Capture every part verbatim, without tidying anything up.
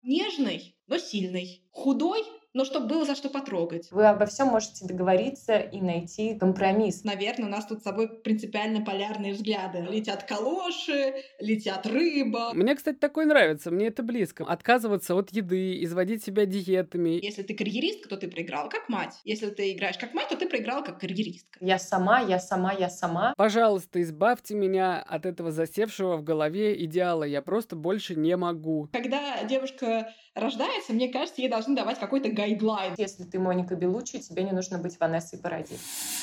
Нежный, но сильный. Худой, но чтобы было за что потрогать. Вы обо всем можете договориться и найти компромисс. Наверное, у нас тут с собой принципиально полярные взгляды. Летят калоши, летят рыба. Мне, кстати, такое нравится, мне это близко. Отказываться от еды, изводить себя диетами. Если ты карьеристка, то ты проиграла как мать. Если ты играешь как мать, то ты проиграла как карьеристка. Я сама, я сама, я сама. Пожалуйста, избавьте меня от этого засевшего в голове идеала. Я просто больше не могу. Когда девушка рождается, мне кажется, ей должны давать какой-то гайдлайн. Если ты Моника Белуччи, тебе не нужно быть Ванессой Паради.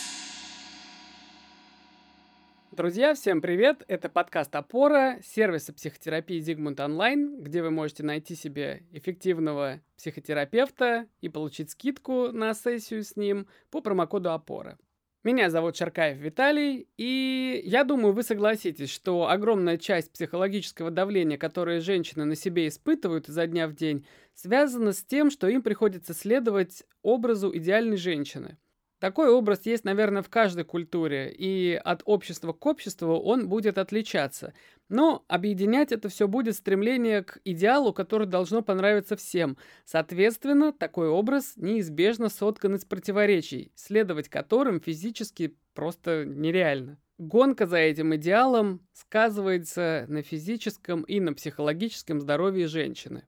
Друзья, всем привет! Это подкаст «Опора» сервиса психотерапии Zigmund Online, где вы можете найти себе эффективного психотерапевта и получить скидку на сессию с ним по промокоду «Опора». Меня зовут Шаркаев Виталий, и я думаю, вы согласитесь, что огромная часть психологического давления, которое женщины на себе испытывают изо дня в день, связана с тем, что им приходится следовать образу идеальной женщины. Такой образ есть, наверное, в каждой культуре, и от общества к обществу он будет отличаться. Но объединять это все будет стремление к идеалу, который должно понравиться всем. Соответственно, такой образ неизбежно соткан из противоречий, следовать которым физически просто нереально. Гонка за этим идеалом сказывается на физическом и на психологическом здоровье женщины.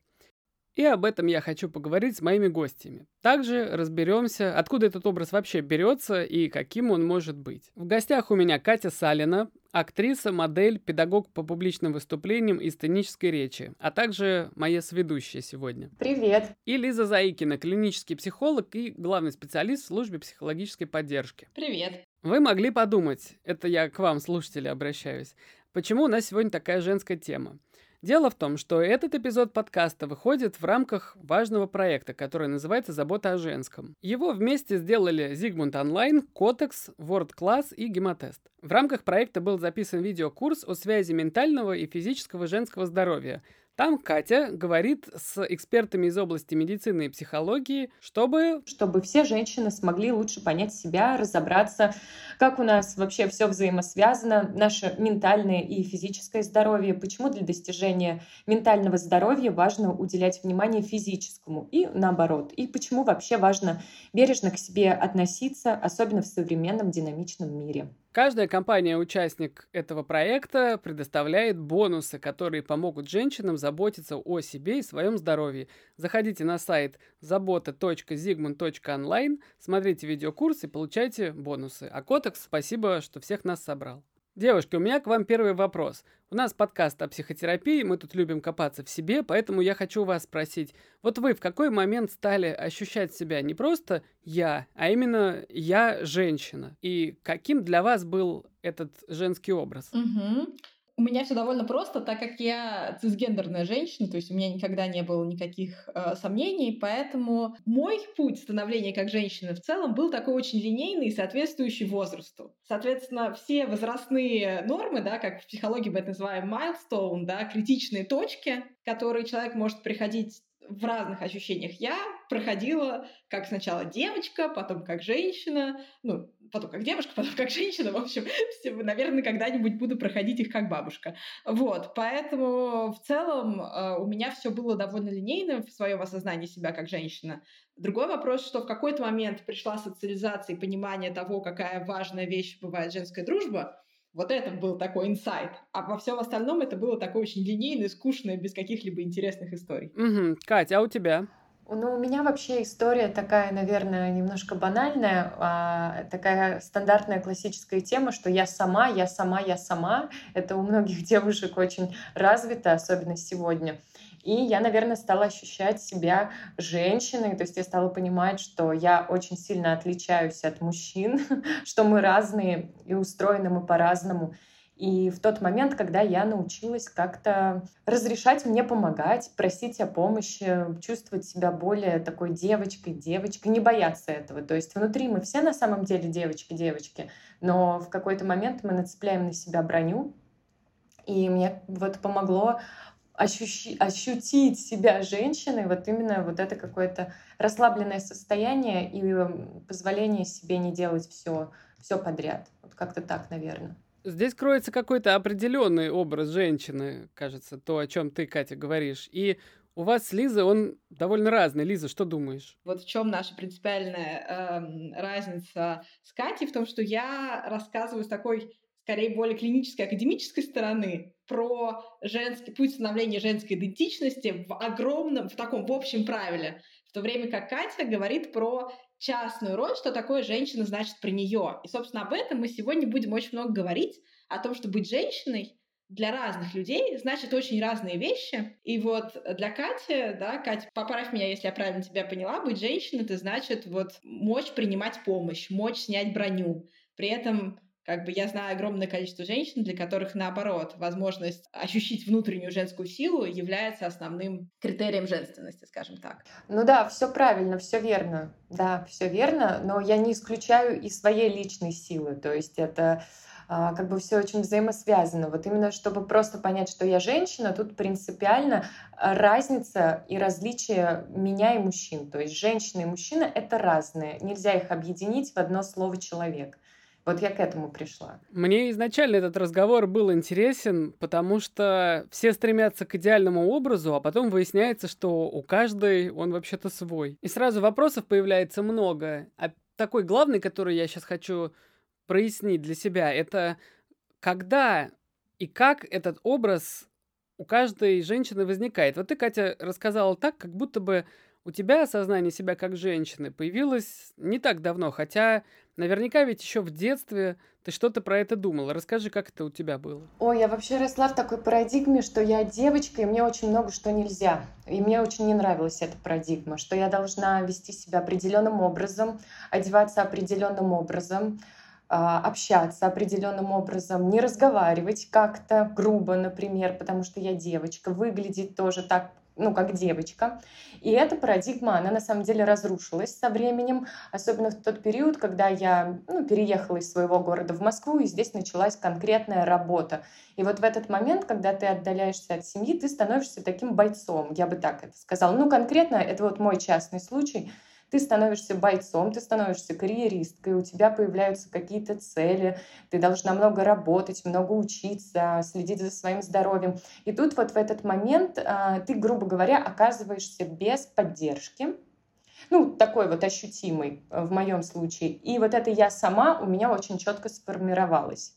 И об этом я хочу поговорить с моими гостями. Также разберемся, откуда этот образ вообще берется и каким он может быть. В гостях у меня Катя Салина, актриса, модель, педагог по публичным выступлениям и сценической речи, а также моя соведущая сегодня. Привет. И Лиза Заикина, клинический психолог и главный специалист в службе психологической поддержки. Привет. Вы могли подумать, это я к вам, слушатели, обращаюсь, почему у нас сегодня такая женская тема? Дело в том, что этот эпизод подкаста выходит в рамках важного проекта, который называется «Забота о женском». Его вместе сделали Zigmund Online, Kotex, World Class и Гемотест. В рамках проекта был записан видеокурс о связи ментального и физического женского здоровья. Там Катя говорит с экспертами из области медицины и психологии, чтобы... Чтобы все женщины смогли лучше понять себя, разобраться, как у нас вообще все взаимосвязано, наше ментальное и физическое здоровье, почему для достижения ментального здоровья важно уделять внимание физическому и наоборот, и почему вообще важно бережно к себе относиться, особенно в современном динамичном мире. Каждая компания-участник этого проекта предоставляет бонусы, которые помогут женщинам заботиться о себе и своем здоровье. Заходите на сайт забота точка зигмунд точка онлайн, смотрите видеокурс и получайте бонусы. А Котекс, спасибо, что всех нас собрал. Девушки, у меня к вам первый вопрос. У нас подкаст о психотерапии, мы тут любим копаться в себе, поэтому я хочу вас спросить, вот вы в какой момент стали ощущать себя не просто «я», а именно «я женщина»? И каким для вас был этот женский образ? Угу. У меня все довольно просто, так как я цисгендерная женщина, то есть у меня никогда не было никаких э, сомнений, поэтому мой путь становления как женщины в целом был такой очень линейный и соответствующий возрасту. Соответственно, все возрастные нормы, да, как в психологии мы это называем milestone, да, критичные точки, которые человек может приходить в разных ощущениях. Я проходила как сначала девочка, потом как женщина, ну, потом как девушка, потом как женщина. В общем, все, наверное, когда-нибудь буду проходить их как бабушка. Вот, поэтому в целом э, у меня все было довольно линейно в своем осознании себя как женщина. Другой вопрос, что в какой-то момент пришла социализация и понимание того, какая важная вещь бывает женская дружба. Вот это был такой инсайт. А во всем остальном это было такое очень линейное, скучное, без каких-либо интересных историй. Угу. Катя, а у тебя? Ну, у меня вообще история такая, наверное, немножко банальная, а, такая стандартная классическая тема, что я сама, я сама, я сама. Это у многих девушек очень развито, особенно сегодня. И я, наверное, стала ощущать себя женщиной, то есть я стала понимать, что я очень сильно отличаюсь от мужчин, что мы разные и устроены мы по-разному. И в тот момент, когда я научилась как-то разрешать мне помогать, просить о помощи, чувствовать себя более такой девочкой, девочкой, не бояться этого. То есть внутри мы все на самом деле девочки-девочки, но в какой-то момент мы нацепляем на себя броню, и мне вот помогло ощущи, ощутить себя женщиной, вот именно вот это какое-то расслабленное состояние и позволение себе не делать все, все подряд. Вот как-то так, наверное. Здесь кроется какой-то определенный образ женщины, кажется, то, о чем ты, Катя, говоришь. И у вас с Лизой он довольно разный. Лиза, что думаешь? Вот в чем наша принципиальная эм, разница с Катей, в том, что я рассказываю с такой, скорее, более клинической, академической стороны про женский путь становления женской идентичности в огромном, в таком, в общем правиле, в то время как Катя говорит про частную роль, что такое женщина значит про нее. И, собственно, об этом мы сегодня будем очень много говорить, о том, что быть женщиной для разных людей значит очень разные вещи. И вот для Кати, да, Катя, поправь меня, если я правильно тебя поняла, быть женщиной — это значит вот мочь принимать помощь, мочь снять броню. При этом как бы я знаю огромное количество женщин, для которых, наоборот, возможность ощутить внутреннюю женскую силу является основным критерием женственности, скажем так. Ну да, все правильно, все верно. Да, все верно, но я не исключаю и своей личной силы. То есть это а, как бы все очень взаимосвязано. Вот именно чтобы просто понять, что я женщина, тут принципиально разница и различие меня и мужчин. То есть женщина и мужчина — это разные. Нельзя их объединить в одно слово «человек». Вот я к этому пришла. Мне изначально этот разговор был интересен, потому что все стремятся к идеальному образу, а потом выясняется, что у каждой он вообще-то свой. И сразу вопросов появляется много. А такой главный, который я сейчас хочу прояснить для себя, это когда и как этот образ у каждой женщины возникает. Вот ты, Катя, рассказала так, как будто бы у тебя осознание себя как женщины появилось не так давно, хотя наверняка ведь еще в детстве ты что-то про это думала. Расскажи, как это у тебя было. Ой, я вообще росла в такой парадигме, что я девочка, и мне очень много что нельзя. И мне очень не нравилась эта парадигма, что я должна вести себя определенным образом, одеваться определенным образом, общаться определенным образом, не разговаривать как-то грубо, например, потому что я девочка, выглядеть тоже так, ну, как девочка. И эта парадигма, она на самом деле разрушилась со временем, особенно в тот период, когда я ну, переехала из своего города в Москву, и здесь началась конкретная работа. И вот в этот момент, когда ты отдаляешься от семьи, ты становишься таким бойцом, я бы так это сказала. Ну, конкретно, это вот мой частный случай. Ты становишься бойцом, ты становишься карьеристкой, у тебя появляются какие-то цели, ты должна много работать, много учиться, следить за своим здоровьем. И тут вот в этот момент ты, грубо говоря, оказываешься без поддержки, ну, такой вот ощутимый в моем случае. И вот это я сама у меня очень четко сформировалась.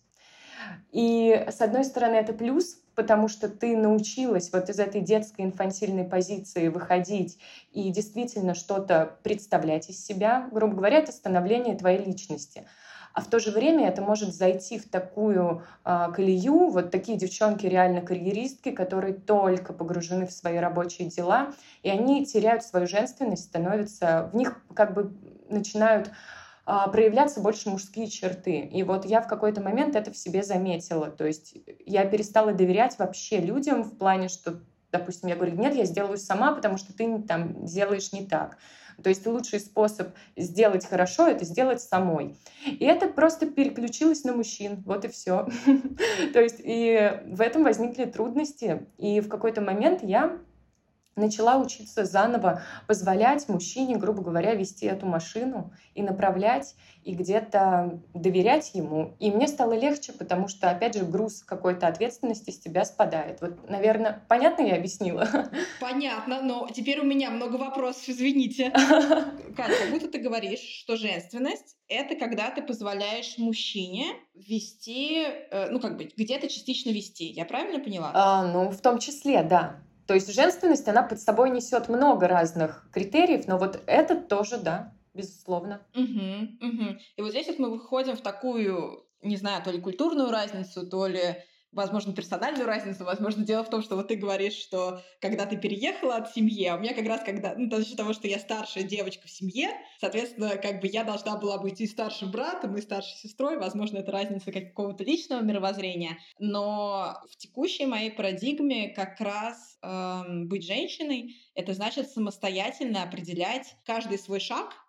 И, с одной стороны, это плюс, потому что ты научилась вот из этой детской инфантильной позиции выходить и действительно что-то представлять из себя. Грубо говоря, это становление твоей личности. А в то же время это может зайти в такую э, колею, вот такие девчонки реально карьеристки, которые только погружены в свои рабочие дела, и они теряют свою женственность, становятся, в них как бы начинают проявляться больше мужские черты. И вот я в какой-то момент это в себе заметила. То есть я перестала доверять вообще людям в плане, что, допустим, я говорю, нет, я сделаю сама, потому что ты там делаешь не так. То есть лучший способ сделать хорошо — это сделать самой. И это просто переключилось на мужчин. Вот и все. То есть и в этом возникли трудности. И в какой-то момент я начала учиться заново позволять мужчине, грубо говоря, вести эту машину и направлять, и где-то доверять ему. И мне стало легче, потому что, опять же, груз какой-то ответственности с тебя спадает. Вот, наверное, понятно я объяснила? Понятно, но теперь у меня много вопросов, извините. Катя, как будто ты говоришь, что женственность — это когда ты позволяешь мужчине вести, ну, как бы, где-то частично вести. Я правильно поняла? А, ну, в том числе, да. То есть женственность, она под собой несет много разных критериев, но вот это тоже, да, безусловно. Угу, угу. И вот здесь вот мы выходим в такую, не знаю, то ли культурную разницу, то ли, возможно, персональную разницу. Возможно, дело в том, что вот ты говоришь, что когда ты переехала от семьи, а у меня как раз когда, ну, за счет того, что я старшая девочка в семье, соответственно, как бы я должна была быть и старшим братом, и старшей сестрой. Возможно, это разница какого-то личного мировоззрения. Но в текущей моей парадигме как раз эм, быть женщиной — это значит самостоятельно определять каждый свой шаг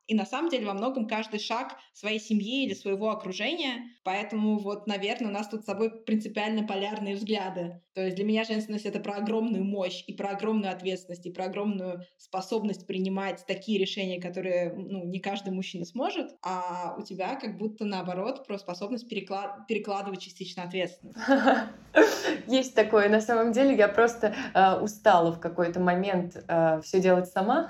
И на самом деле во многом каждый шаг своей семьи или своего окружения. Поэтому вот, наверное, у нас тут с собой принципиально полярные взгляды. То есть для меня женственность — это про огромную мощь и про огромную ответственность, и про огромную способность принимать такие решения, которые, ну, не каждый мужчина сможет. А у тебя как будто наоборот про способность переклад... перекладывать частично ответственность. Есть такое. На самом деле я просто э, устала в какой-то момент э, все делать сама.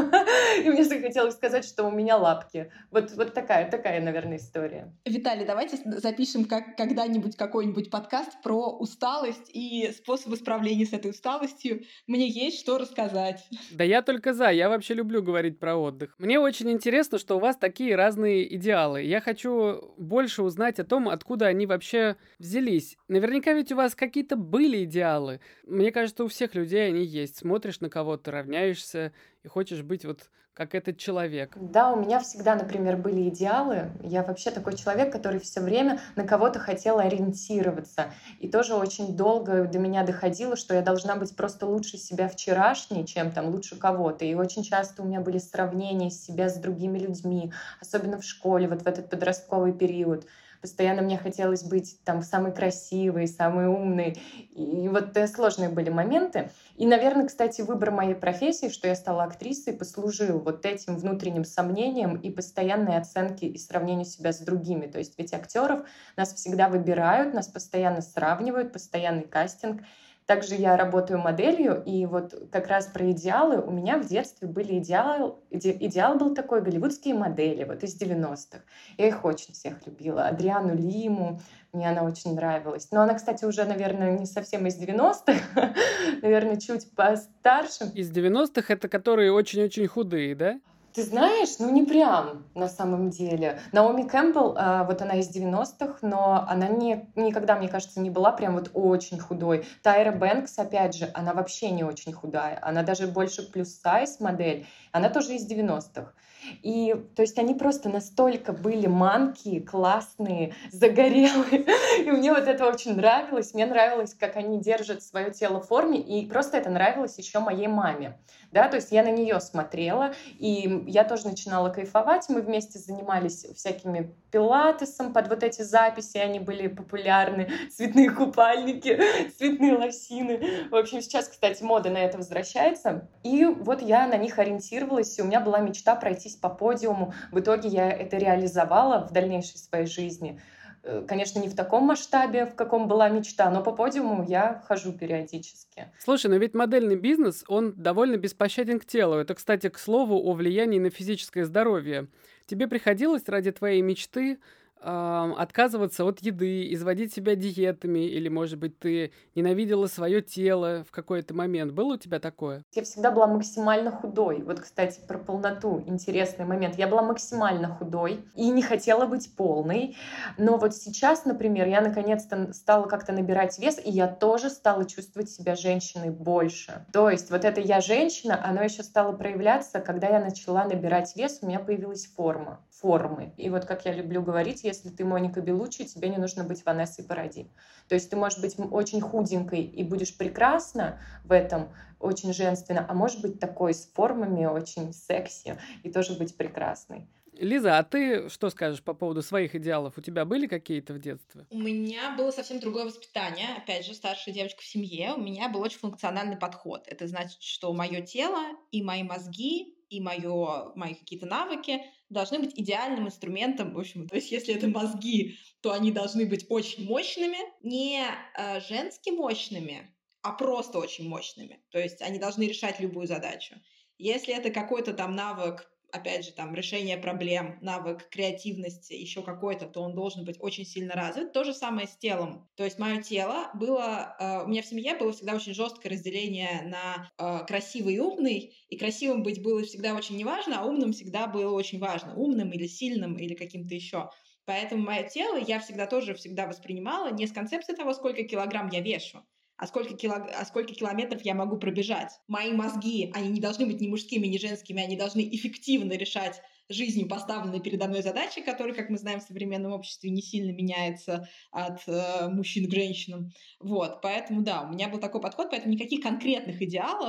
И мне захотелось сказать, что у меня лапки. Вот, вот такая, такая, наверное, история. Виталий, давайте запишем как, когда-нибудь какой-нибудь подкаст про усталость и способы справления с этой усталостью. Мне есть что рассказать. Да я только за. Я вообще люблю говорить про отдых. Мне очень интересно, что у вас такие разные идеалы. Я хочу больше узнать о том, откуда они вообще взялись. Наверняка ведь у вас какие-то были идеалы. Мне кажется, у всех людей они есть. Смотришь на кого-то, равняешься и хочешь быть вот как этот человек. Да, у меня всегда, например, были идеалы. Я вообще такой человек, который все время на кого-то хотел ориентироваться. И тоже очень долго до меня доходило, что я должна быть просто лучше себя вчерашней, чем там лучше кого-то. И очень часто у меня были сравнения себя с другими людьми, особенно в школе, вот в этот подростковый период. Постоянно мне хотелось быть там самой красивой, самой умной. И вот э, сложные были моменты. И, наверное, кстати, выбор моей профессии, что я стала актрисой, послужил вот этим внутренним сомнением и постоянной оценке и сравнению себя с другими. То есть ведь актеров нас всегда выбирают, нас постоянно сравнивают, постоянный кастинг. Также я работаю моделью, и вот как раз про идеалы. У меня в детстве были идеалы. Иде, идеал был такой — голливудские модели, вот из девяностых. Я их очень всех любила. Адриану Лиму, мне она очень нравилась. Но она, кстати, уже, наверное, не совсем из девяностых, наверное, чуть постарше. Из девяностых это которые очень-очень худые, да? Ты знаешь, ну не прям на самом деле. Наоми Кэмпбелл, э, вот она из девяностых, но она не, никогда, мне кажется, не была прям вот очень худой. Тайра Бэнкс, опять же, она вообще не очень худая. Она даже больше плюс-сайз модель. Она тоже из девяностых. И, то есть, они просто настолько были манкие, классные, загорелые. И мне вот это очень нравилось. Мне нравилось, как они держат свое тело в форме. И просто это нравилось еще моей маме. Да, то есть я на нее смотрела, и я тоже начинала кайфовать. Мы вместе занимались всякими пилатесом под вот эти записи, они были популярны. Цветные купальники, цветные лосины. В общем, сейчас, кстати, мода на это возвращается. И вот я на них ориентировалась, и у меня была мечта пройтись по подиуму. В итоге я это реализовала в дальнейшей своей жизни. Конечно, не в таком масштабе, в каком была мечта, но по подиуму я хожу периодически. Слушай, но ведь модельный бизнес, он довольно беспощаден к телу. Это, кстати, к слову о влиянии на физическое здоровье. Тебе приходилось ради твоей мечты э, отказываться от еды, изводить себя диетами, или, может быть, ты ненавидела свое тело в какой-то момент? Было у тебя такое? Я всегда была максимально худой. Вот, кстати, про полноту интересный момент. Я была максимально худой и не хотела быть полной. Но вот сейчас, например, я наконец-то стала как-то набирать вес, и я тоже стала чувствовать себя женщиной больше. То есть вот это «я женщина», оно еще стало проявляться, когда я начала набирать вес, у меня появилась форма, формы. И вот как я люблю говорить, если ты Моника Беллуччи, тебе не нужно быть Ванессой Паради. То есть ты можешь быть очень худенькой и будешь прекрасна в этом, очень женственно, а может быть такой с формами, очень секси и тоже быть прекрасной. Лиза, а ты что скажешь по поводу своих идеалов? У тебя были какие-то в детстве? У меня было совсем другое воспитание. Опять же, старшая девочка в семье. У меня был очень функциональный подход. Это значит, что мое тело и мои мозги, и моё, мои какие-то навыки должны быть идеальным инструментом. В общем, то есть если это мозги, то они должны быть очень мощными, не э, женски мощными, а просто очень мощными. То есть они должны решать любую задачу. Если это какой-то там навык, опять же, там, решение проблем, навык креативности, еще какой-то, то он должен быть очень сильно развит. То же самое с телом. То есть мое тело было... Э, у меня в семье было всегда очень жесткое разделение на э, красивый и умный, и красивым быть было всегда очень неважно, а умным всегда было очень важно. Умным или сильным, или каким-то еще. Поэтому мое тело я всегда тоже всегда воспринимала не с концепции того, сколько килограмм я вешу, а сколько, кило... а сколько километров я могу пробежать. Мои мозги, они не должны быть ни мужскими, ни женскими, они должны эффективно решать жизнью поставленные передо мной задачи, которые, как мы знаем, в современном обществе не сильно меняются от э, мужчин к женщинам. Вот, поэтому, да, у меня был такой подход, поэтому никаких конкретных идеалов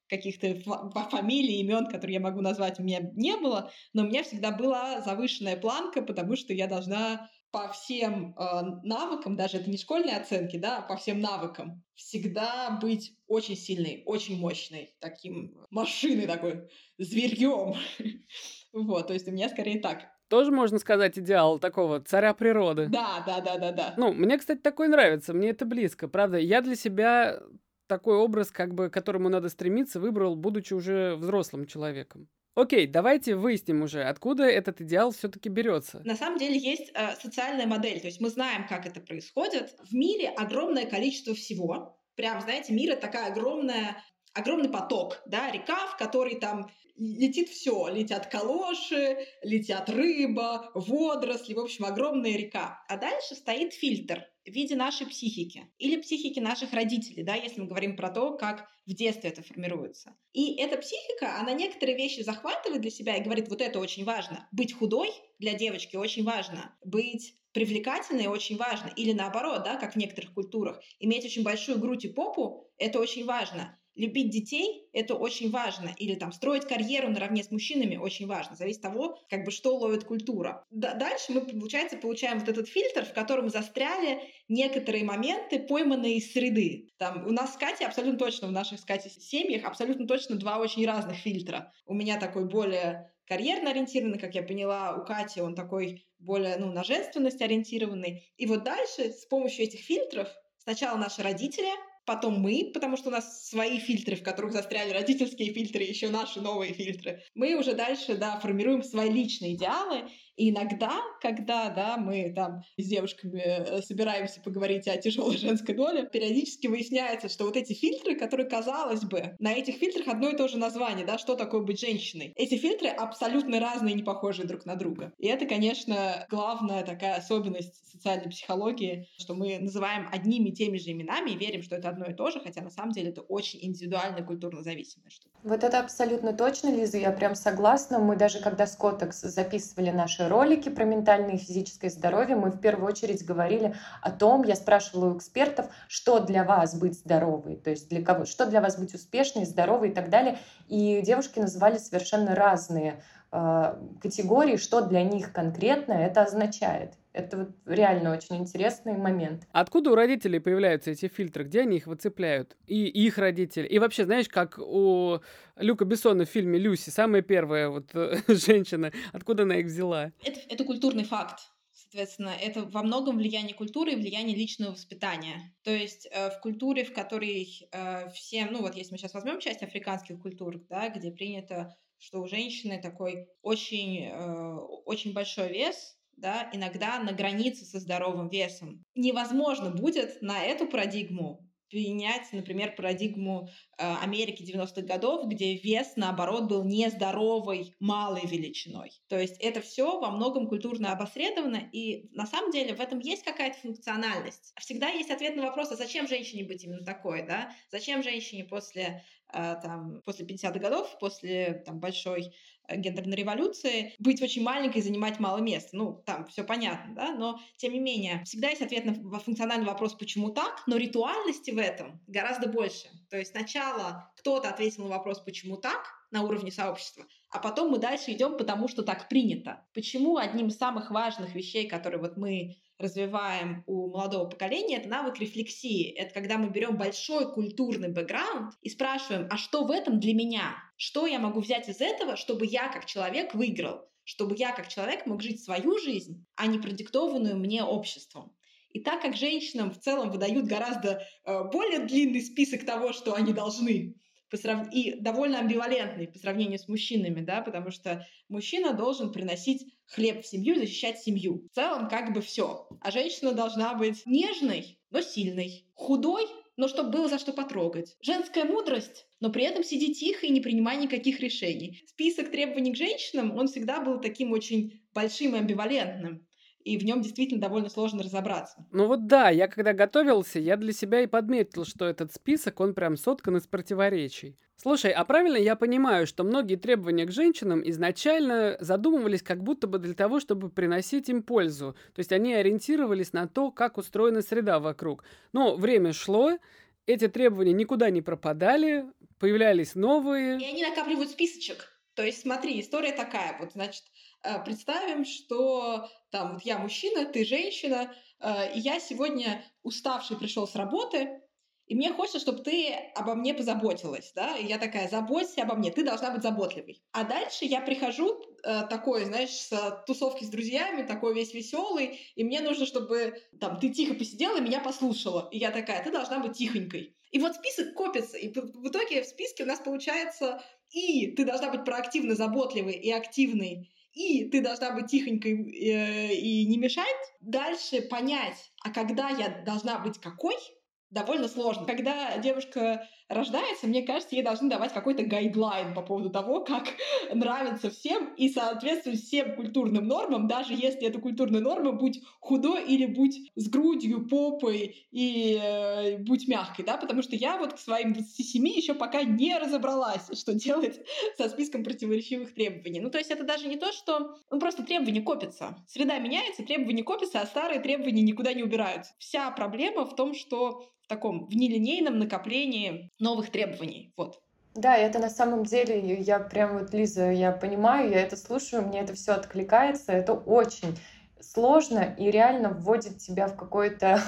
каких-то фа- фамилий, имен, которые я могу назвать, у меня не было, но у меня всегда была завышенная планка, потому что я должна по всем э, навыкам, даже это не школьные оценки, да, а по всем навыкам, всегда быть очень сильной, очень мощной, таким машиной такой, зверьем. Вот, то есть у меня скорее так. Тоже можно сказать идеал такого царя природы. Да, да, да, да, да. Ну, мне, кстати, такой нравится, мне это близко, правда. Я для себя такой образ, как бы, к которому надо стремиться, выбрал, будучи уже взрослым человеком. Окей, давайте выясним уже, откуда этот идеал все-таки берется. На самом деле есть э, социальная модель, то есть мы знаем, как это происходит. В мире огромное количество всего. Прям, знаете, мир — это такая огромная, огромный поток, да, река, в которой там летит все. Летят калоши, летят рыба, водоросли, в общем, огромная река. А дальше стоит фильтр в виде нашей психики или психики наших родителей, да, если мы говорим про то, как в детстве это формируется. И эта психика, она некоторые вещи захватывает для себя и говорит, вот это очень важно. Быть худой для девочки очень важно. Быть привлекательной очень важно. Или наоборот, да, как в некоторых культурах. Иметь очень большую грудь и попу — это очень важно. Любить детей — это очень важно. Или там строить карьеру наравне с мужчинами — очень важно. Зависит от того, как бы, что ловит культура. Д- дальше мы, получается, получаем вот этот фильтр, в котором застряли некоторые моменты, пойманные из среды. Там у нас с Катей абсолютно точно, в наших с Катей семьях абсолютно точно два очень разных фильтра. У меня такой более карьерно ориентированный, как я поняла, у Кати он такой более, ну, на женственность ориентированный. И вот дальше с помощью этих фильтров сначала наши родители, потом мы, потому что у нас свои фильтры, в которых застряли родительские фильтры, еще наши новые фильтры. Мы уже дальше, да, формируем свои личные идеалы. И иногда, когда, да, мы там с девушками собираемся поговорить о тяжелой женской доле, периодически выясняется, что вот эти фильтры, которые, казалось бы, на этих фильтрах одно и то же название, да, что такое быть женщиной. Эти фильтры абсолютно разные, не похожие друг на друга. И это, конечно, главная такая особенность социальной психологии, что мы называем одними и теми же именами и верим, что это одно и то же, хотя на самом деле это очень индивидуально культурно зависимая штука. Вот это абсолютно точно, Лиза, я прям согласна. Мы даже когда с Котекс записывали наши ролики про ментальное и физическое здоровье, мы в первую очередь говорили о том, я спрашивала у экспертов, что для вас быть здоровой, то есть для кого, что для вас быть успешной, здоровой и так далее. И девушки называли совершенно разные э, категории, что для них конкретно это означает. Это вот реально очень интересный момент. Откуда у родителей появляются эти фильтры? Где они их выцепляют? И их родители. И вообще, знаешь, как у Люка Бессона в фильме «Люси», самая первая вот женщина, откуда она их взяла? Это, это культурный факт. Соответственно, это во многом влияние культуры и влияние личного воспитания. То есть э, в культуре, в которой э, всем, ну вот если мы сейчас возьмем часть африканских культур, да, где принято, что у женщины такой очень, э, очень большой вес, да, иногда на границе со здоровым весом. Невозможно будет на эту парадигму принять, например, парадигму э, Америки девяностых годов, где вес, наоборот, был нездоровой, малой величиной. То есть это все во многом культурно обосредовано, и на самом деле в этом есть какая-то функциональность. Всегда есть ответ на вопрос, а зачем женщине быть именно такой, да? Зачем женщине после, э, там, после пятидесятых годов, после там, большой гендерной революции, быть очень маленькой и занимать мало места. Ну, там все понятно, да, но тем не менее, всегда есть ответ на функциональный вопрос, почему так, но ритуальности в этом гораздо больше. То есть сначала кто-то ответил на вопрос, почему так, на уровне сообщества, а потом мы дальше идем, потому что так принято. Почему одним из самых важных вещей, которые вот мы развиваем у молодого поколения, это навык рефлексии. Это когда мы берем большой культурный бэкграунд и спрашиваем, а что в этом для меня? Что я могу взять из этого, чтобы я как человек выиграл? Чтобы я как человек мог жить свою жизнь, а не продиктованную мне обществом. И так как женщинам в целом выдают гораздо э, более длинный список того, что они должны, и довольно амбивалентный по сравнению с мужчинами, да, потому что мужчина должен приносить хлеб в семью и защищать семью. В целом как бы все. А женщина должна быть нежной, но сильной, худой, но чтобы было за что потрогать. Женская мудрость, но при этом сиди тихо и не принимай никаких решений. Список требований к женщинам, он всегда был таким очень большим и амбивалентным. И в нем действительно довольно сложно разобраться. Ну вот да, я когда готовился, я для себя и подметил, что этот список, он прям соткан из противоречий. Слушай, а правильно я понимаю, что многие требования к женщинам изначально задумывались как будто бы для того, чтобы приносить им пользу. То есть они ориентировались на то, как устроена среда вокруг. Но время шло, эти требования никуда не пропадали, появлялись новые. И они накапливают списочек. То есть смотри, история такая. Вот, значит, представим, что там вот я мужчина, ты женщина, и я сегодня уставший пришел с работы, и мне хочется, чтобы ты обо мне позаботилась, да? И я такая: заботься обо мне, ты должна быть заботливой. А дальше я прихожу э, такой, знаешь, с тусовки с друзьями, такой весь веселый, и мне нужно, чтобы там ты тихо посидела и меня послушала. И я такая: ты должна быть тихонькой. И вот список копится, и в итоге в списке у нас получается и ты должна быть проактивно заботливой и активной, и ты должна быть тихонькой э, и не мешать. Дальше понять, а когда я должна быть какой, довольно сложно. Когда девушка рождается, мне кажется, ей должны давать какой-то гайдлайн по поводу того, как нравится всем и соответствует всем культурным нормам, даже если эта культурная норма будь худой или будь с грудью, попой и э, будь мягкой, да, потому что я вот к своим двадцати семи еще пока не разобралась, что делать со списком противоречивых требований. Ну, то есть это даже не то, что... Ну, просто требования копятся. Среда меняется, требования копятся, а старые требования никуда не убираются. Вся проблема в том, что в таком в нелинейном накоплении новых требований. Вот. Да, это на самом деле, я прям вот, Лиза, я понимаю, я это слушаю, мне это все откликается, это очень сложно и реально вводит тебя в какое-то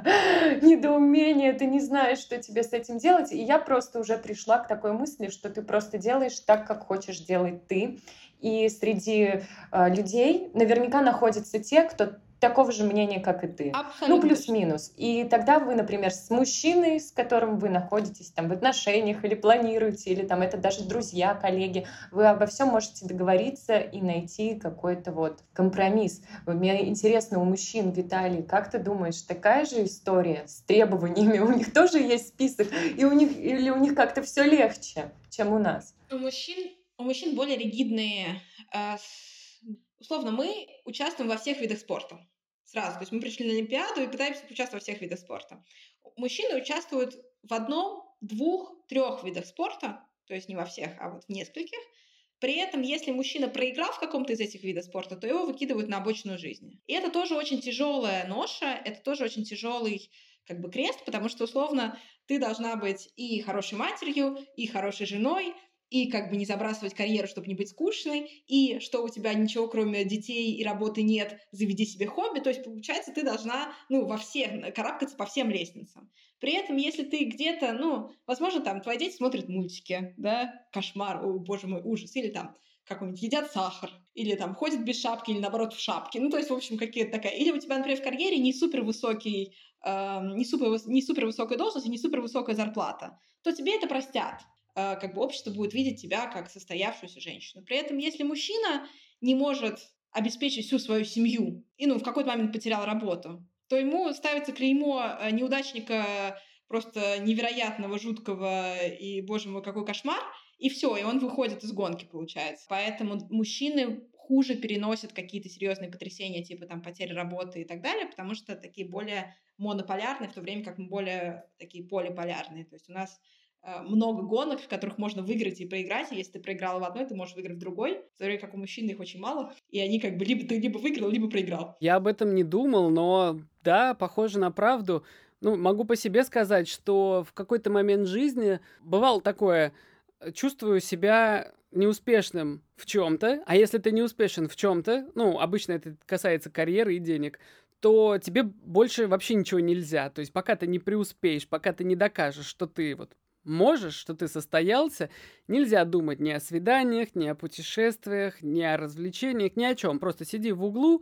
недоумение, ты не знаешь, что тебе с этим делать. И я просто уже пришла к такой мысли, что ты просто делаешь так, как хочешь делать ты. И среди э, людей наверняка находятся те, кто такого же мнения, как и ты. Абсолютно. Ну, плюс-минус. И тогда вы, например, с мужчиной, с которым вы находитесь там в отношениях или планируете, или там это даже друзья, коллеги, вы обо всем можете договориться и найти какой-то вот компромисс. Мне интересно, у мужчин, Виталий, как ты думаешь, такая же история с требованиями? У них тоже есть список? И у них, или у них как-то все легче, чем у нас? У мужчин, у мужчин более ригидные... Э, условно, мы участвуем во всех видах спорта. Сразу. То есть мы пришли на Олимпиаду и пытаемся участвовать во всех видах спорта. Мужчины участвуют в одном, двух, трех видах спорта, то есть не во всех, а вот в нескольких. При этом, если мужчина проиграл в каком-то из этих видов спорта, то его выкидывают на обочину жизни. И это тоже очень тяжелая ноша, это тоже очень тяжелый как бы крест, потому что, условно, ты должна быть и хорошей матерью, и хорошей женой, и как бы не забрасывать карьеру, чтобы не быть скучной, и что у тебя ничего, кроме детей и работы нет, заведи себе хобби. То есть, получается, ты должна, ну, во всех, карабкаться по всем лестницам. При этом, если ты где-то, ну, возможно, там, твои дети смотрят мультики, да, кошмар, о, боже мой, ужас, или там, какой-нибудь едят сахар, или там ходят без шапки, или наоборот в шапке. Ну, то есть, в общем, какие-то такая... Или у тебя, например, в карьере не супер высокий, э, не супер, не супер высокая должность и не супер высокая зарплата, то тебе это простят. Как бы общество будет видеть тебя как состоявшуюся женщину. При этом, если мужчина не может обеспечить всю свою семью и, ну, в какой-то момент потерял работу, то ему ставится клеймо неудачника просто невероятного, жуткого и, боже мой, какой кошмар, и все, и он выходит из гонки, получается. Поэтому мужчины хуже переносят какие-то серьезные потрясения, типа там потери работы и так далее, потому что такие более монополярные, в то время как мы более такие полиполярные. То есть у нас много гонок, в которых можно выиграть и проиграть, и если ты проиграл в одной, ты можешь выиграть в другой, в то время как у мужчин их очень мало, и они как бы либо ты либо выиграл, либо проиграл. Я об этом не думал, но да, похоже на правду. Ну, могу по себе сказать, что в какой-то момент жизни бывало такое, чувствую себя неуспешным в чем-то, а если ты не успешен в чем-то, ну, обычно это касается карьеры и денег, то тебе больше вообще ничего нельзя. То есть пока ты не преуспеешь, пока ты не докажешь, что ты вот можешь, что ты состоялся, нельзя думать ни о свиданиях, ни о путешествиях, ни о развлечениях, ни о чем. Просто сиди в углу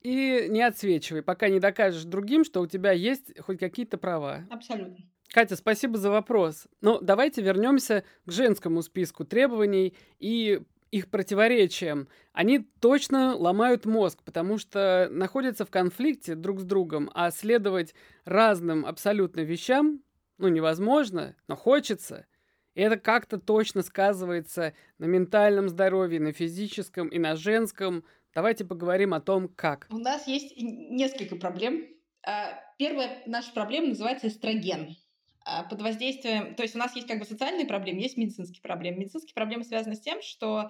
и не отсвечивай, пока не докажешь другим, что у тебя есть хоть какие-то права. Абсолютно. Катя, спасибо за вопрос. Но давайте вернемся к женскому списку требований и их противоречиям. Они точно ломают мозг, потому что находятся в конфликте друг с другом, а следовать разным абсолютно вещам ну, невозможно, но хочется. И это как-то точно сказывается на ментальном здоровье, на физическом и на женском. Давайте поговорим о том, как. У нас есть несколько проблем. Первая наша проблема называется эстроген. Под воздействием... То есть у нас есть как бы социальные проблемы, есть медицинские проблемы. Медицинские проблемы связаны с тем, что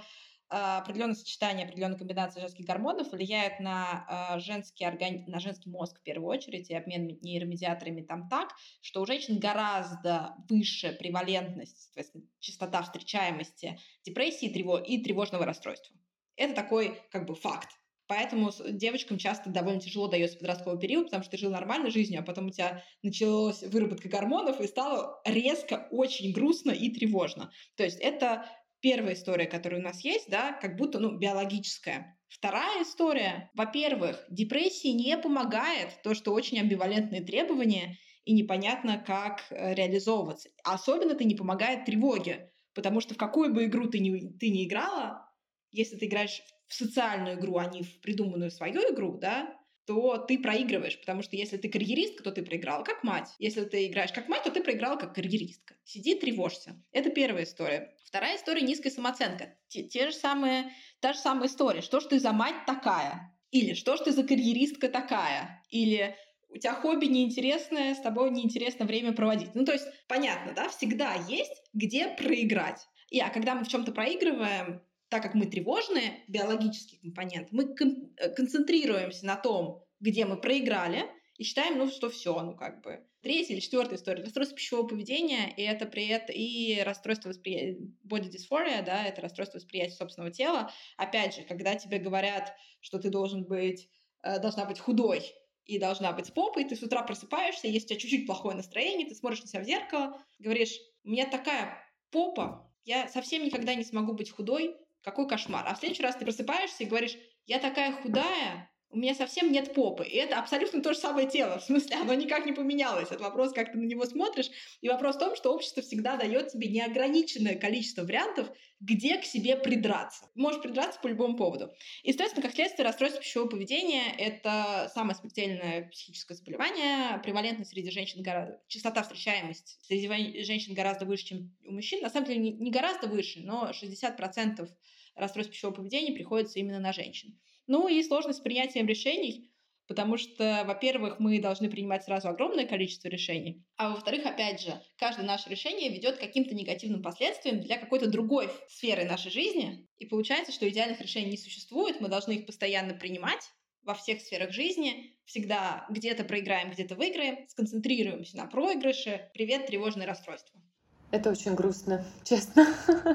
а, определенное сочетание, определенная комбинация женских гормонов влияет на, а, женский органи на женский мозг в первую очередь, и обмен нейромедиаторами там так, что у женщин гораздо выше превалентность, соответственно, частота встречаемости депрессии трево и тревожного расстройства. Это такой как бы факт. Поэтому с девочкам часто довольно тяжело дается подростковый период, потому что ты жил нормальной жизнью, а потом у тебя началась выработка гормонов, и стало резко очень грустно и тревожно. То есть это первая история, которая у нас есть, да, как будто, ну, биологическая. Вторая история. Во-первых, депрессии не помогает то, что очень амбивалентные требования, и непонятно, как э, реализовываться. Особенно это не помогает тревоге, потому что в какую бы игру ты ни, ты ни играла, если ты играешь в социальную игру, а не в придуманную свою игру, да, то ты проигрываешь, потому что если ты карьеристка, то ты проиграла как мать. Если ты играешь как мать, то ты проиграла как карьеристка. Сиди, тревожься. Это первая история. Вторая история — низкая самооценка. Те, те же самые, та же самая история. Что ж ты за мать такая? Или что ж ты за карьеристка такая? Или у тебя хобби неинтересное, с тобой неинтересно время проводить. Ну, то есть, понятно, да, всегда есть где проиграть. И, а когда мы в чем-то проигрываем, так как мы тревожные, биологический компонент, мы кон- концентрируемся на том, где мы проиграли, и считаем, ну, что все, ну, как бы. Третья или четвертая история — расстройство пищевого поведения, и это при этом и расстройство восприятия, body dysphoria, да, это расстройство восприятия собственного тела. Опять же, когда тебе говорят, что ты должен быть, э, должна быть худой и должна быть с попой, ты с утра просыпаешься, если у тебя чуть-чуть плохое настроение, ты смотришь на себя в зеркало, говоришь: у меня такая попа, я совсем никогда не смогу быть худой, какой кошмар. А в следующий раз ты просыпаешься и говоришь: я такая худая, у меня совсем нет попы. И это абсолютно то же самое тело. В смысле, оно никак не поменялось. Это вопрос, как ты на него смотришь. И вопрос в том, что общество всегда дает тебе неограниченное количество вариантов, где к себе придраться. Можешь придраться по любому поводу. И, соответственно, как следствие, расстройство пищевого поведения — это самое смертельное психическое заболевание. Превалентность среди женщин, гораздо, частота встречаемости среди женщин гораздо выше, чем у мужчин. На самом деле не, не гораздо выше, но шестьдесят процентов расстройств пищевого поведения приходится именно на женщин. Ну и сложность с принятием решений, потому что, во-первых, мы должны принимать сразу огромное количество решений, а во-вторых, опять же, каждое наше решение ведет к каким-то негативным последствиям для какой-то другой сферы нашей жизни, и получается, что идеальных решений не существует, мы должны их постоянно принимать во всех сферах жизни, всегда где-то проиграем, где-то выиграем, сконцентрируемся на проигрыше. Привет, тревожное расстройство. Это очень грустно, честно.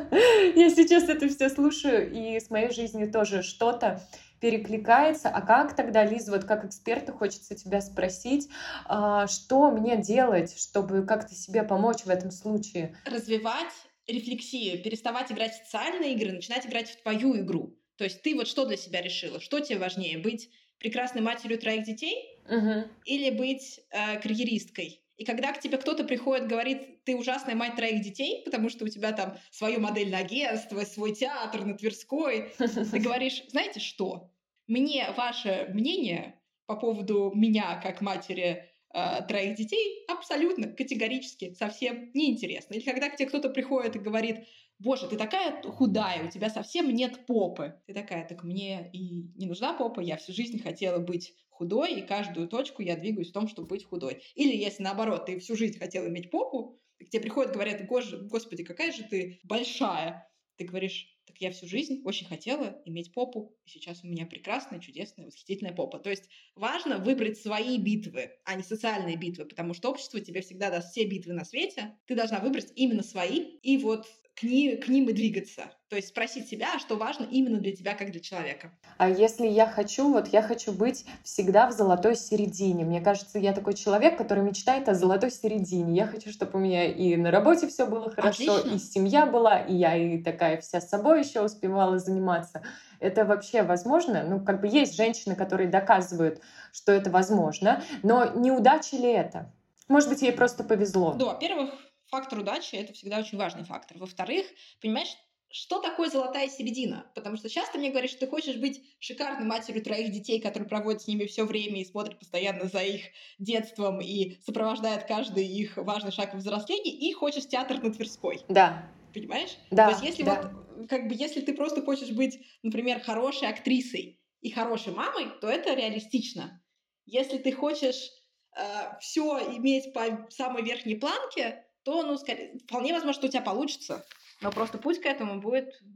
Я сейчас это все слушаю, и с моей жизнью тоже что-то перекликается. А как тогда, Лиз, вот как эксперта хочется тебя спросить, а, что мне делать, чтобы как-то себе помочь в этом случае? Развивать рефлексию, переставать играть в социальные игры, начинать играть в твою игру. То есть ты вот что для себя решила? Что тебе важнее? Быть прекрасной матерью троих детей Угу. или быть э, карьеристкой? И когда к тебе кто-то приходит, говорит: ты ужасная мать троих детей, потому что у тебя там свое модельное агентство, свой театр на Тверской, ты говоришь: знаете что? Мне ваше мнение по поводу меня как матери э, троих детей абсолютно категорически совсем неинтересно. Или когда к тебе кто-то приходит и говорит: боже, ты такая худая, у тебя совсем нет попы. Ты такая: так мне и не нужна попа, я всю жизнь хотела быть худой, и каждую точку я двигаюсь в том, чтобы быть худой. Или если наоборот, ты всю жизнь хотела иметь попу, и к тебе приходят, говорят: господи, какая же ты большая. Ты говоришь: так я всю жизнь очень хотела иметь попу, и сейчас у меня прекрасная, чудесная, восхитительная попа. То есть важно выбрать свои битвы, а не социальные битвы, потому что общество тебе всегда даст все битвы на свете. Ты должна выбрать именно свои, и вот к, ни, к ним и двигаться. То есть спросить себя, что важно именно для тебя, как для человека. А если я хочу, вот я хочу быть всегда в золотой середине. Мне кажется, я такой человек, который мечтает о золотой середине. Я хочу, чтобы у меня и на работе все было хорошо, Отлично. и семья была, и я и такая вся с собой еще успевала заниматься. Это вообще возможно? Ну, как бы есть женщины, которые доказывают, что это возможно, но неудача ли это? Может быть, ей просто повезло. Ну, во-первых, фактор удачи — это всегда очень важный фактор. Во-вторых, понимаешь, что такое золотая середина? Потому что часто мне говорят, что ты хочешь быть шикарной матерью троих детей, которые проводят с ними все время и смотрят постоянно за их детством и сопровождает каждый их важный шаг в взрослении, и хочешь театр на Тверской. Да. Понимаешь? Да, То есть если да. вот, как бы, если ты просто хочешь быть, например, хорошей актрисой и хорошей мамой, то это реалистично. Если ты хочешь э, все иметь по самой верхней планке, то, ну, скорее, вполне возможно, что у тебя получится, но просто путь к этому будет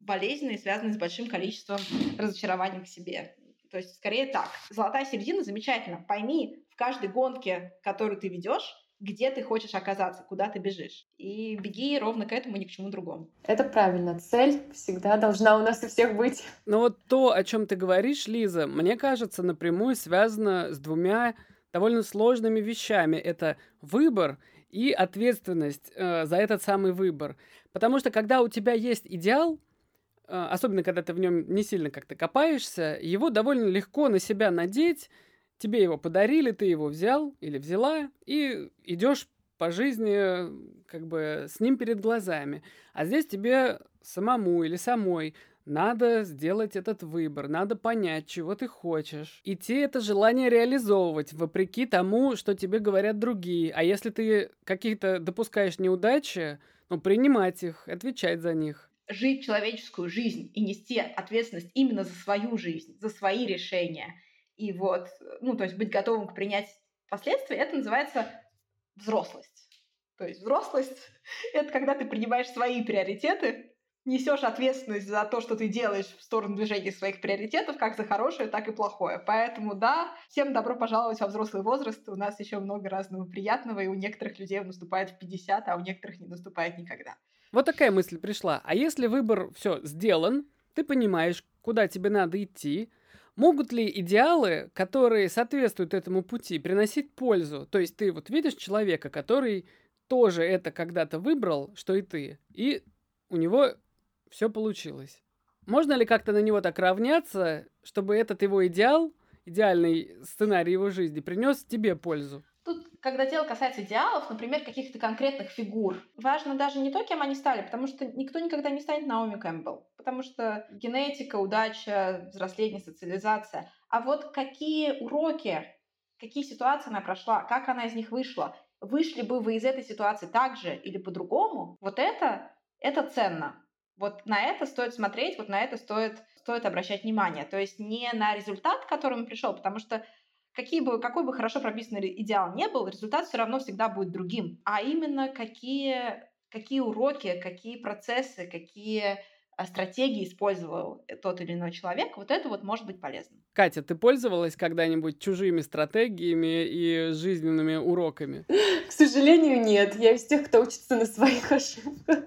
болезненные, связанные с большим количеством разочарований в себе. То есть, скорее так. Золотая середина замечательно. Пойми в каждой гонке, которую ты ведешь, где ты хочешь оказаться, куда ты бежишь. И беги ровно к этому, ни к чему другому. Это правильно. Цель всегда должна у нас у всех быть. Но вот то, о чем ты говоришь, Лиза, мне кажется, напрямую связано с двумя довольно сложными вещами. Это выбор и ответственность э, за этот самый выбор. Потому что когда у тебя есть идеал, э, особенно когда ты в нем не сильно как-то копаешься, его довольно легко на себя надеть. Тебе его подарили, ты его взял или взяла, и идешь по жизни как бы с ним перед глазами. А здесь тебе самому или самой надо сделать этот выбор, надо понять, чего ты хочешь. Идти это желание реализовывать, вопреки тому, что тебе говорят другие. А если ты какие-то допускаешь неудачи, ну, принимать их, отвечать за них. Жить человеческую жизнь и нести ответственность именно за свою жизнь, за свои решения. И вот, ну, то есть быть готовым к принятию последствий, это называется взрослость. То есть взрослость — это когда ты принимаешь свои приоритеты, несешь ответственность за то, что ты делаешь в сторону движения своих приоритетов, как за хорошее, так и плохое. Поэтому, да, всем добро пожаловать во взрослый возраст. У нас еще много разного приятного, и у некоторых людей он наступает в пятьдесят, а у некоторых не наступает никогда. Вот такая мысль пришла. А если выбор все сделан, ты понимаешь, куда тебе надо идти, могут ли идеалы, которые соответствуют этому пути, приносить пользу? То есть ты вот видишь человека, который тоже это когда-то выбрал, что и ты, и у него все получилось. Можно ли как-то на него так равняться, чтобы этот его идеал, идеальный сценарий его жизни, принес тебе пользу? Тут, когда дело касается идеалов, например, каких-то конкретных фигур, важно даже не то, кем они стали, потому что никто никогда не станет Наоми Кэмпбелл, потому что генетика, удача, взросление, социализация. А вот какие уроки, какие ситуации она прошла, как она из них вышла, вышли бы вы из этой ситуации так же или по-другому, вот это, это ценно. Вот на это стоит смотреть, вот на это стоит, стоит обращать внимание. То есть не на результат, к которому пришел, потому что Какие бы, какой бы хорошо прописанный идеал не был, результат все равно всегда будет другим. А именно какие, какие уроки, какие процессы, какие а, стратегии использовал тот или иной человек, вот это вот может быть полезно. Катя, ты пользовалась когда-нибудь чужими стратегиями и жизненными уроками? К сожалению, нет. Я из тех, кто учится на своих ошибках.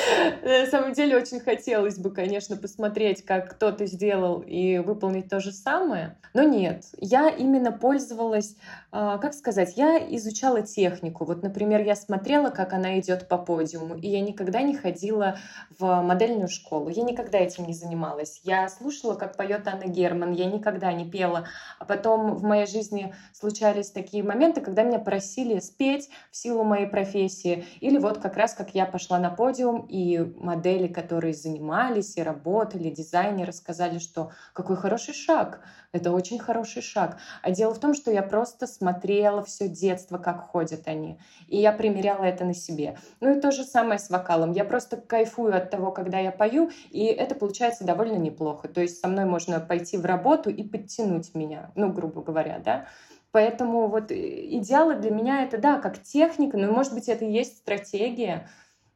На самом деле, очень хотелось бы, конечно, посмотреть, как кто-то сделал и выполнить то же самое. Но нет, я именно пользовалась, как сказать, я изучала технику. Вот, например, я смотрела, как она идет по подиуму, и я никогда не ходила в модельную школу. Я никогда этим не занималась. Я слушала, как поет Анна Герман, я никогда не пела. А потом в моей жизни случались такие моменты, когда меня просили спеть в силу моей профессии. Или вот как раз, как я пошла на подиум, и модели, которые занимались и работали, дизайнеры сказали, что какой хороший шаг, это очень хороший шаг. А дело в том, что я просто смотрела все детство, как ходят они, и я примеряла это на себе. Ну и то же самое с вокалом. Я просто кайфую от того, когда я пою, и это получается довольно неплохо. То есть со мной можно пойти в работу и подтянуть меня, ну, грубо говоря, да. Поэтому вот идеалы для меня это, да, как техника, но, может быть, это и есть стратегия.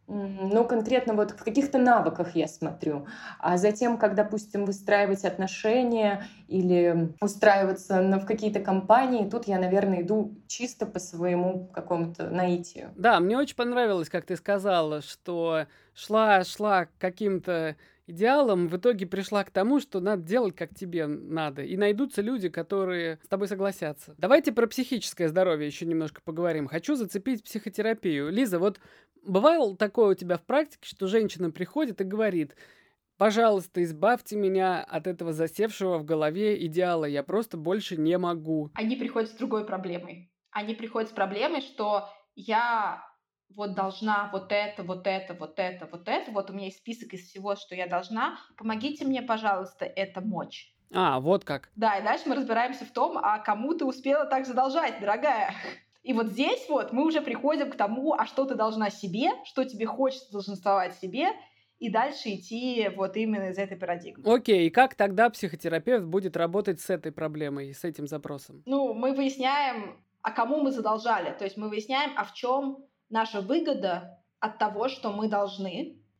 Ну, конкретно вот в каких-то навыках я смотрю. А затем, как, допустим, выстраивать отношения или устраиваться в какие-то компании, тут я, наверное, иду чисто по своему какому-то наитию. Да, мне очень понравилось, как ты сказала, что шла-шла к каким-то идеалам, в итоге пришла к тому, что надо делать, как тебе надо. И найдутся люди, которые с тобой согласятся. Давайте про психическое здоровье еще немножко поговорим. Хочу зацепить психотерапию. Лиза, вот бывало такое у тебя в практике, что женщина приходит и говорит: пожалуйста, избавьте меня от этого засевшего в голове идеала, я просто больше не могу. Они приходят с другой проблемой. Они приходят с проблемой, что я вот должна вот это, вот это, вот это, вот это, вот у меня есть список из всего, что я должна, помогите мне, пожалуйста, это мочь. А, вот как. Да, и дальше мы разбираемся в том, а кому ты успела так задолжать, дорогая. И вот здесь вот мы уже приходим к тому, а что ты должна себе, что тебе хочется долженствовать себе, и дальше идти вот именно из этой парадигмы. Окей, и как тогда психотерапевт будет работать с этой проблемой, с этим запросом? Ну, мы выясняем, а кому мы задолжали. То есть мы выясняем, а в чем наша выгода от того, что мы должны,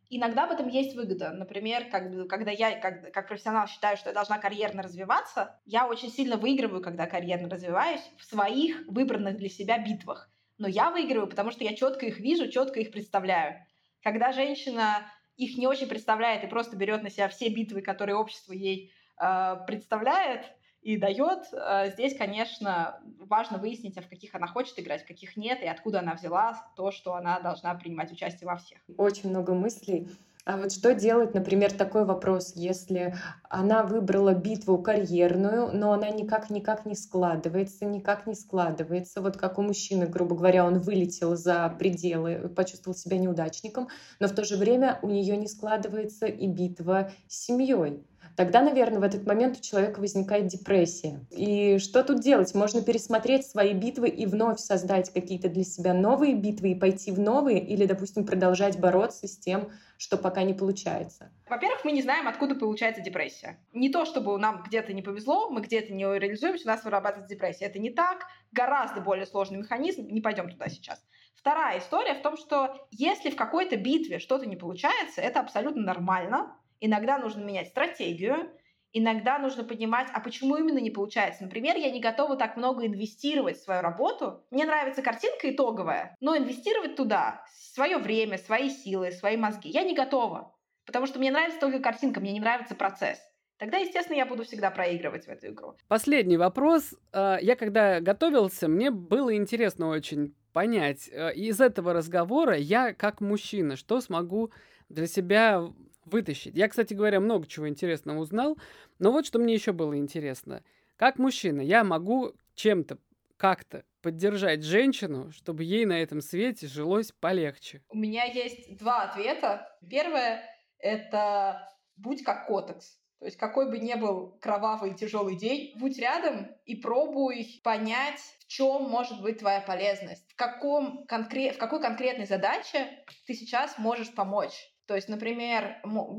Иногда в этом есть выгода. Например, как, когда я как, как профессионал считаю, что я должна карьерно развиваться, я очень сильно выигрываю, когда карьерно развиваюсь в своих выбранных для себя битвах. Но я выигрываю, потому что я четко их вижу, четко их представляю. Когда женщина их не очень представляет и просто берет на себя все битвы, которые общество ей э, представляет и дает, э, здесь, конечно, важно выяснить, а в каких она хочет играть, в каких нет, и откуда она взяла то, что она должна принимать участие во всех. Очень много мыслей. А вот что делать, например, такой вопрос, если она выбрала битву карьерную, но она никак-никак не складывается, никак не складывается. Вот как у мужчины, грубо говоря, он вылетел за пределы, почувствовал себя неудачником, но в то же время у нее не складывается и битва с семьей. Тогда, наверное, в этот момент у человека возникает депрессия. И что тут делать? Можно пересмотреть свои битвы и вновь создать какие-то для себя новые битвы и пойти в новые, или, допустим, продолжать бороться с тем, что пока не получается. Во-первых, мы не знаем, откуда получается депрессия. Не то, чтобы нам где-то не повезло, мы где-то не реализуемся, у нас вырабатывается депрессия. Это не так, гораздо более сложный механизм, не пойдем туда сейчас. Вторая история в том, что если в какой-то битве что-то не получается, это абсолютно нормально. Иногда нужно менять стратегию, иногда нужно понимать, а почему именно не получается. Например, я не готова так много инвестировать в свою работу. Мне нравится картинка итоговая, но инвестировать туда свое время, свои силы, свои мозги я не готова, потому что мне нравится только картинка, мне не нравится процесс. Тогда, естественно, я буду всегда проигрывать в эту игру. Последний вопрос. Я когда готовился, мне было интересно очень понять, из этого разговора я как мужчина, что смогу для себя вытащить. Я, кстати говоря, много чего интересного узнал, но вот что мне еще было интересно. Как мужчина я могу чем-то, как-то поддержать женщину, чтобы ей на этом свете жилось полегче? У меня есть два ответа. Первое — это будь как котекс. То есть какой бы ни был кровавый и тяжелый день, будь рядом и пробуй понять, в чем может быть твоя полезность, в, каком конкрет... в какой конкретной задаче ты сейчас можешь помочь. То есть, например,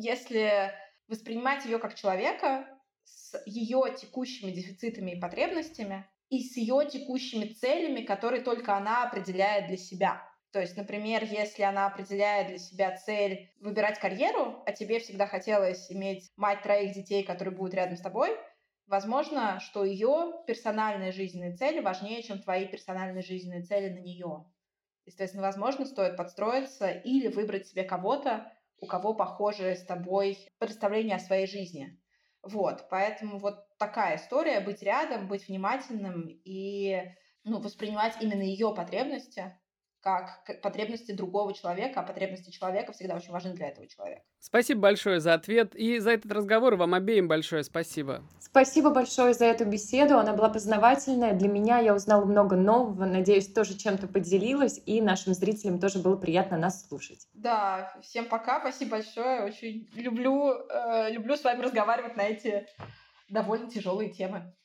если воспринимать ее как человека с ее текущими дефицитами и потребностями и с ее текущими целями, которые только она определяет для себя. То есть, например, если она определяет для себя цель выбирать карьеру, а тебе всегда хотелось иметь мать троих детей, которые будут рядом с тобой, возможно, что ее персональные жизненные цели важнее, чем твои персональные жизненные цели на нее. Естественно, возможно, стоит подстроиться или выбрать себе кого-то, у кого похожее с тобой представление о своей жизни. Вот, поэтому вот такая история, быть рядом, быть внимательным и ну, воспринимать именно ее потребности как потребности другого человека, а потребности человека всегда очень важны для этого человека. Спасибо большое за ответ и за этот разговор. Вам обеим большое спасибо. Спасибо большое за эту беседу. Она была познавательная. Для меня я узнала много нового. Надеюсь, тоже чем-то поделилась. И нашим зрителям тоже было приятно нас слушать. Да, всем пока. Спасибо большое. Очень люблю, э, люблю с вами разговаривать на эти довольно тяжелые темы.